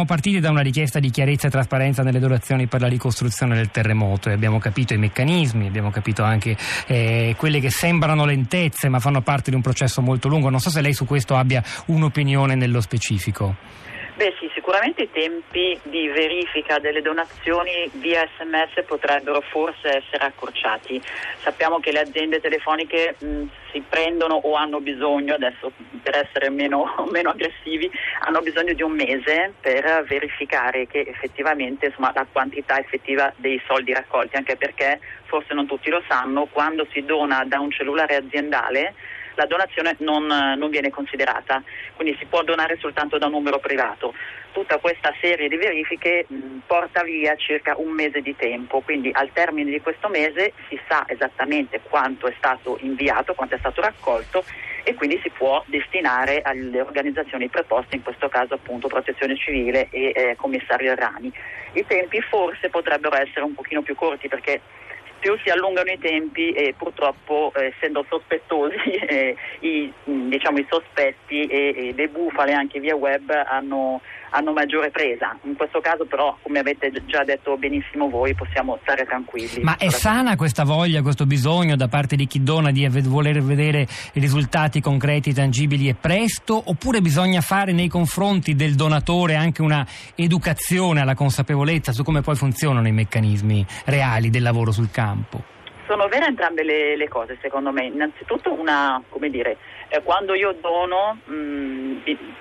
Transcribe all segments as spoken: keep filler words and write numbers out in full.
Siamo partiti da una richiesta di chiarezza e trasparenza nelle donazioni per la ricostruzione del terremoto e abbiamo capito i meccanismi, abbiamo capito anche eh, quelle che sembrano lentezze ma fanno parte di un processo molto lungo. Non so se lei su questo abbia un'opinione nello specifico. Beh sì, sicuramente i tempi di verifica delle donazioni via sms potrebbero forse essere accorciati. Sappiamo che le aziende telefoniche mh, si prendono o hanno bisogno, adesso per essere meno, meno aggressivi, hanno bisogno di un mese per verificare che effettivamente insomma, la quantità effettiva dei soldi raccolti, anche perché forse non tutti lo sanno, quando si dona da un cellulare aziendale la donazione non, non viene considerata, quindi si può donare soltanto da un numero privato. Tutta questa serie di verifiche mh, porta via circa un mese di tempo, quindi al termine di questo mese si sa esattamente quanto è stato inviato, quanto è stato raccolto e quindi si può destinare alle organizzazioni preposte, in questo caso appunto Protezione Civile e eh, Commissario Errani. I tempi forse potrebbero essere un pochino più corti perché più si allungano i tempi e purtroppo eh, essendo sospettosi eh, i, diciamo, i sospetti e, e le bufale anche via web hanno, hanno maggiore presa. In questo caso però, come avete già detto benissimo voi, possiamo stare tranquilli. Ma è sana questa voglia, questo bisogno da parte di chi dona di voler vedere risultati concreti, tangibili e presto, oppure bisogna fare nei confronti del donatore anche una educazione alla consapevolezza su come poi funzionano i meccanismi reali del lavoro sul campo? Sono vere entrambe le, le cose, secondo me. Innanzitutto una, come dire, eh, quando io dono mh,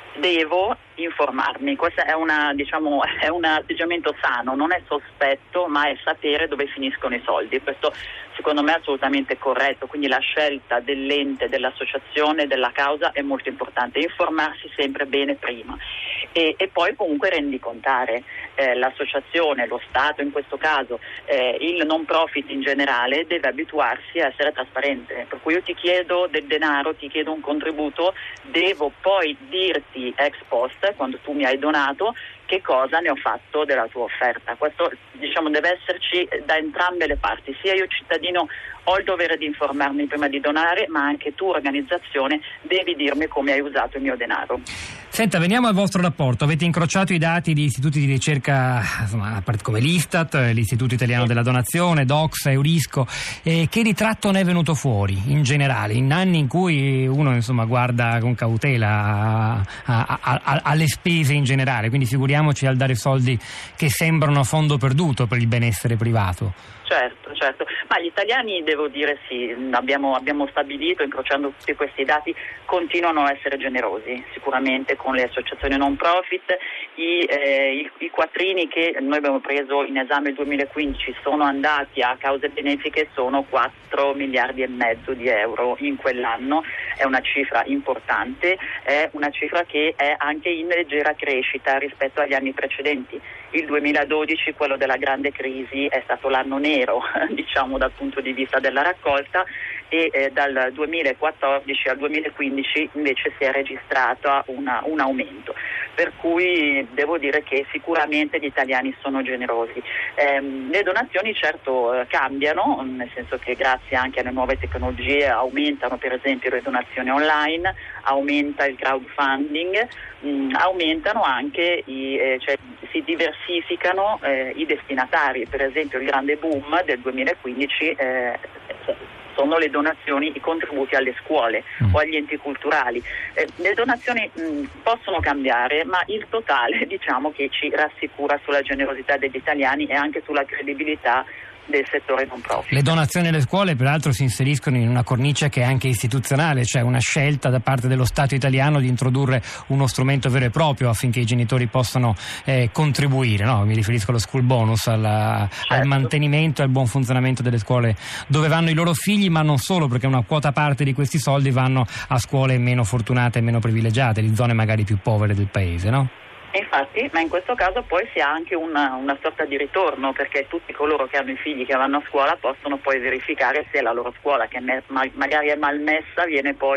devo informarmi. Questo è una, diciamo, è un atteggiamento sano, non è sospetto, ma è sapere dove finiscono i soldi. Questo secondo me è assolutamente corretto, quindi la scelta dell'ente, dell'associazione, della causa è molto importante, informarsi sempre bene prima e, e poi comunque rendicontare eh, l'associazione, lo Stato in questo caso, eh, il non profit in generale deve abituarsi a essere trasparente, per cui io ti chiedo del denaro, ti chiedo un contributo, devo poi dirti ex post, quando tu mi hai donato, che cosa ne ho fatto della tua offerta. Questo diciamo deve esserci da entrambe le parti, sia io cittadino ho il dovere di informarmi prima di donare, ma anche tu organizzazione devi dirmi come hai usato il mio denaro. Senta, veniamo al vostro rapporto. Avete incrociato i dati di istituti di ricerca insomma, come l'Istat, l'Istituto Italiano della Donazione, Doxa, Eurisco. Eh, che ritratto ne è venuto fuori in generale, in anni in cui uno insomma guarda con cautela a, a, a, alle spese in generale, quindi figuriamoci al dare soldi che sembrano a fondo perduto per il benessere privato. Certo, certo, ma gli italiani devo dire sì, abbiamo, abbiamo stabilito, incrociando tutti questi dati, continuano a essere generosi, sicuramente con le associazioni non profit, i, eh, i, i quattrini che noi abbiamo preso in esame nel duemilaquindici sono andati a cause benefiche, sono quattro miliardi e mezzo di euro in quell'anno, è una cifra importante, è una cifra che è anche in leggera crescita rispetto agli anni precedenti. Il duemiladodici, quello della grande crisi, è stato l'anno nero, diciamo dal punto di vista della raccolta e eh, dal duemilaquattordici al duemilaquindici invece si è registrato una, un aumento, per cui devo dire che sicuramente gli italiani sono generosi. Eh, le donazioni certo eh, cambiano, nel senso che grazie anche alle nuove tecnologie aumentano per esempio le donazioni online, aumenta il crowdfunding, mh, aumentano anche i, eh, cioè si diversificano eh, i destinatari, per esempio il grande boom del duemilaquindici eh, sono le donazioni, i contributi alle scuole mm. o agli enti culturali. Eh, le donazioni mh, possono cambiare, ma il totale diciamo che ci rassicura sulla generosità degli italiani e anche sulla credibilità del settore non profit. Le donazioni alle scuole peraltro si inseriscono in una cornice che è anche istituzionale, cioè una scelta da parte dello Stato italiano di introdurre uno strumento vero e proprio affinché i genitori possano eh, contribuire, no? Mi riferisco allo school bonus, alla, certo. al mantenimento e al buon funzionamento delle scuole dove vanno i loro figli, ma non solo, perché una quota parte di questi soldi vanno a scuole meno fortunate e meno privilegiate, di zone magari più povere del paese, no? Infatti, ma in questo caso poi si ha anche una, una sorta di ritorno, perché tutti coloro che hanno i figli che vanno a scuola possono poi verificare se la loro scuola, che magari è malmessa, viene poi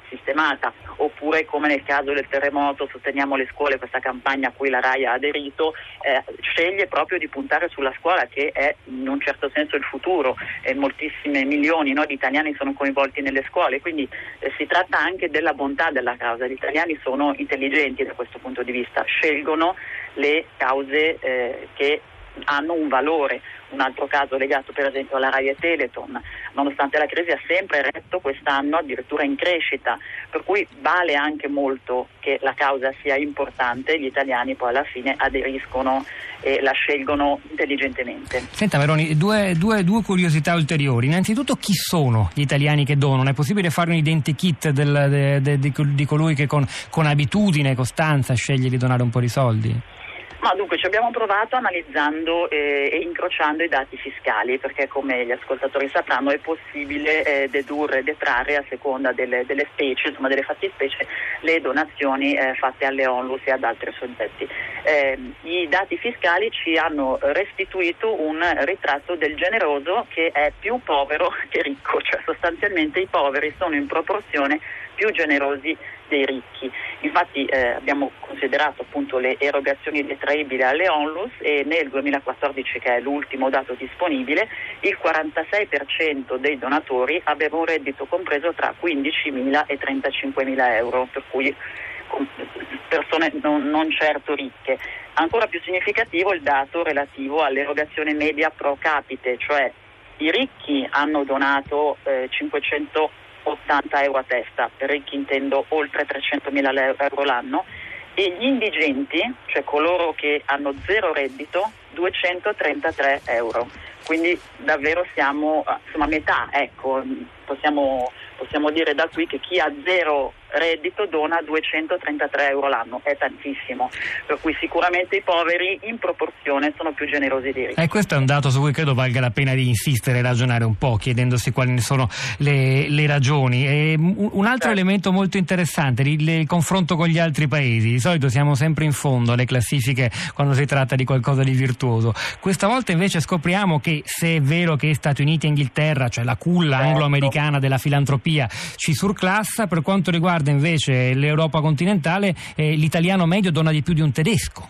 sistemata, oppure come nel caso del terremoto Sosteniamo le scuole, questa campagna a cui la RAI ha aderito, eh, sceglie proprio di puntare sulla scuola, che è in un certo senso il futuro, e moltissime milioni no, di italiani sono coinvolti nelle scuole, quindi eh, si tratta anche della bontà della causa. Gli italiani sono intelligenti da questo punto di vista, scelgono le cause eh, che hanno un valore. Un altro caso legato per esempio alla RAI e Teleton, nonostante la crisi ha sempre retto, quest'anno addirittura in crescita, per cui vale anche molto che la causa sia importante, gli italiani poi alla fine aderiscono e la scelgono intelligentemente. Senta Meroni, due, due, due curiosità ulteriori. Innanzitutto, chi sono gli italiani che donano? È possibile fare un identikit del, de, de, de, di colui che con, con abitudine e costanza sceglie di donare un po' di soldi? Ma dunque ci abbiamo provato analizzando eh, e incrociando i dati fiscali, perché come gli ascoltatori sapranno è possibile eh, dedurre, detrarre a seconda delle, delle specie, insomma delle fattispecie, le donazioni eh, fatte alle Onlus e ad altri soggetti. Eh, I dati fiscali ci hanno restituito un ritratto del generoso che è più povero che ricco, cioè sostanzialmente i poveri sono in proporzione più generosi dei ricchi. Infatti eh, abbiamo considerato appunto le erogazioni detraibili alle Onlus e nel duemilaquattordici, che è l'ultimo dato disponibile, il quarantasei per cento dei donatori aveva un reddito compreso tra quindicimila e trentacinquemila euro, per cui persone non, non certo ricche. Ancora più significativo il dato relativo all'erogazione media pro capite, cioè i ricchi hanno donato eh, cinquecentottanta euro a testa, per ricchi intendo oltre trecentomila euro l'anno, e gli indigenti, cioè coloro che hanno zero reddito, duecentotrentatré euro. Quindi davvero siamo insomma a metà, ecco, possiamo, possiamo dire da qui che chi ha zero reddito dona duecentotrentatré euro l'anno, è tantissimo, per cui sicuramente i poveri in proporzione sono più generosi di ricchi. E questo è un dato su cui credo valga la pena di insistere e ragionare un po', chiedendosi quali ne sono le, le ragioni. E un altro certo. elemento molto interessante, il, il confronto con gli altri paesi. Di solito siamo sempre in fondo alle classifiche quando si tratta di qualcosa di virtuoso. Questa volta invece scopriamo che, se è vero che Stati Uniti e Inghilterra, cioè la culla certo. anglo-americana della filantropia, ci surclassa, per quanto riguarda invece l'Europa continentale, eh, l'italiano medio dona di più di un tedesco.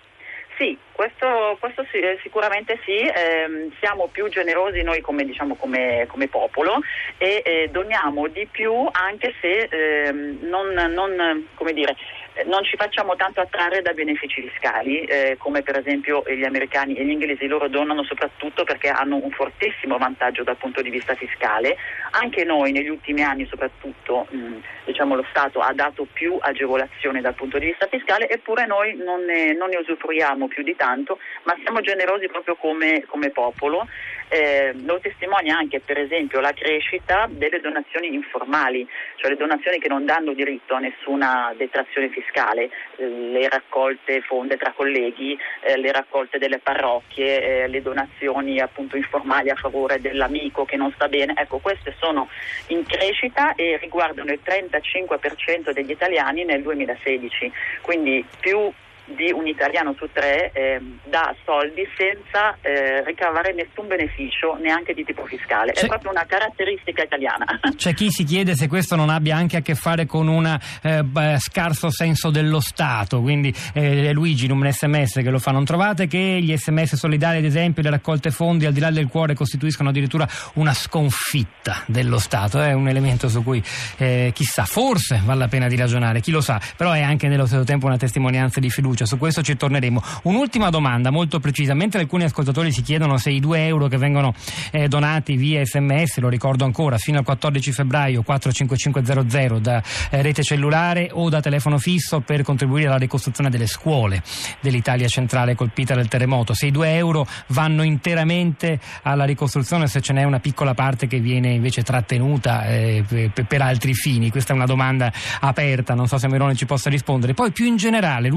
Sì, questo, questo sì, sicuramente sì, eh, siamo più generosi noi come, diciamo, come, come popolo e eh, doniamo di più, anche se eh, non, non, come dire, non ci facciamo tanto attrarre da benefici fiscali, eh, come per esempio gli americani e gli inglesi. Loro donano soprattutto perché hanno un fortissimo vantaggio dal punto di vista fiscale. Anche noi negli ultimi anni soprattutto mh, diciamo lo Stato ha dato più agevolazioni dal punto di vista fiscale, eppure noi non ne, non ne usufruiamo più di tanto, ma siamo generosi proprio come, come popolo. Eh, lo testimonia anche per esempio la crescita delle donazioni informali, cioè le donazioni che non danno diritto a nessuna detrazione fiscale, eh, le raccolte fonde tra colleghi, eh, le raccolte delle parrocchie, eh, le donazioni appunto informali a favore dell'amico che non sta bene. Ecco, queste sono in crescita e riguardano il trentacinque per cento degli italiani nel duemilasedici, quindi più di un italiano su tre eh, dà soldi senza eh, ricavare nessun beneficio, neanche di tipo fiscale. C'è, è proprio una caratteristica italiana. C'è chi si chiede se questo non abbia anche a che fare con un eh, scarso senso dello Stato, quindi eh, Luigi in un sms che lo fa: non trovate che gli sms solidari, ad esempio le raccolte fondi al di là del cuore, costituiscono addirittura una sconfitta dello Stato? È un elemento su cui eh, chissà, forse vale la pena di ragionare, chi lo sa, però è anche nello stesso tempo una testimonianza di fiducia. Su questo ci torneremo. Un'ultima domanda molto precisa: mentre alcuni ascoltatori si chiedono se i due euro che vengono eh, donati via sms, lo ricordo ancora, fino al quattordici febbraio quattro cinque cinque zero zero da eh, rete cellulare o da telefono fisso per contribuire alla ricostruzione delle scuole dell'Italia centrale colpita dal terremoto, se i due euro vanno interamente alla ricostruzione, se ce n'è una piccola parte che viene invece trattenuta eh, per, per altri fini. Questa è una domanda aperta, non so se Meroni ci possa rispondere. Poi più in generale, l'ultima cosa,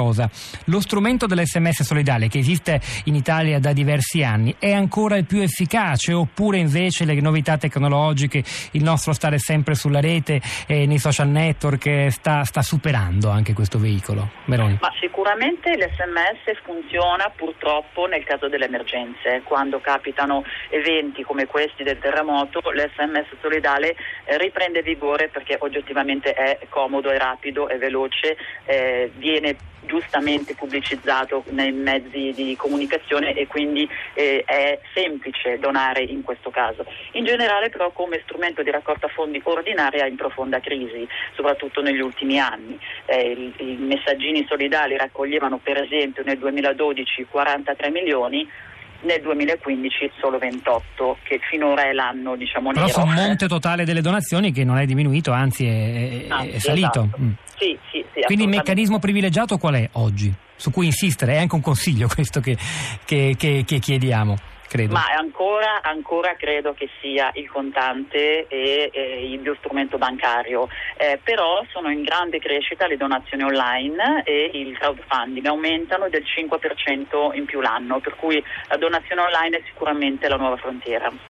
cosa. Lo strumento dell'esse emme esse solidale, che esiste in Italia da diversi anni, è ancora il più efficace, oppure invece le novità tecnologiche, il nostro stare sempre sulla rete e nei social network sta, sta superando anche questo veicolo? Meloni. Ma sicuramente l'esse emme esse funziona purtroppo nel caso delle emergenze. Quando capitano eventi come questi del terremoto, l'esse emme esse solidale eh, riprende vigore perché oggettivamente è comodo, è rapido, è veloce, eh, viene giustamente pubblicizzato nei mezzi di comunicazione e quindi eh, è semplice donare in questo caso. In generale però come strumento di raccolta fondi ordinaria in profonda crisi, soprattutto negli ultimi anni. Eh, i, i messaggini solidali raccoglievano per esempio nel duemiladodici quarantatré milioni, nel duemilaquindici solo ventotto, che finora è l'anno diciamo nero. Però su un monte totale delle donazioni che non è diminuito, anzi è, è, anzi, è salito. Esatto. Mm. Sì, sì, sì, quindi il meccanismo privilegiato qual è oggi? Su cui insistere, è anche un consiglio questo che, che, che, che chiediamo. Credo. Ma ancora, ancora credo che sia il contante e, e il strumento bancario, eh, però sono in grande crescita le donazioni online e il crowdfunding, aumentano del cinque per cento in più l'anno, per cui la donazione online è sicuramente la nuova frontiera.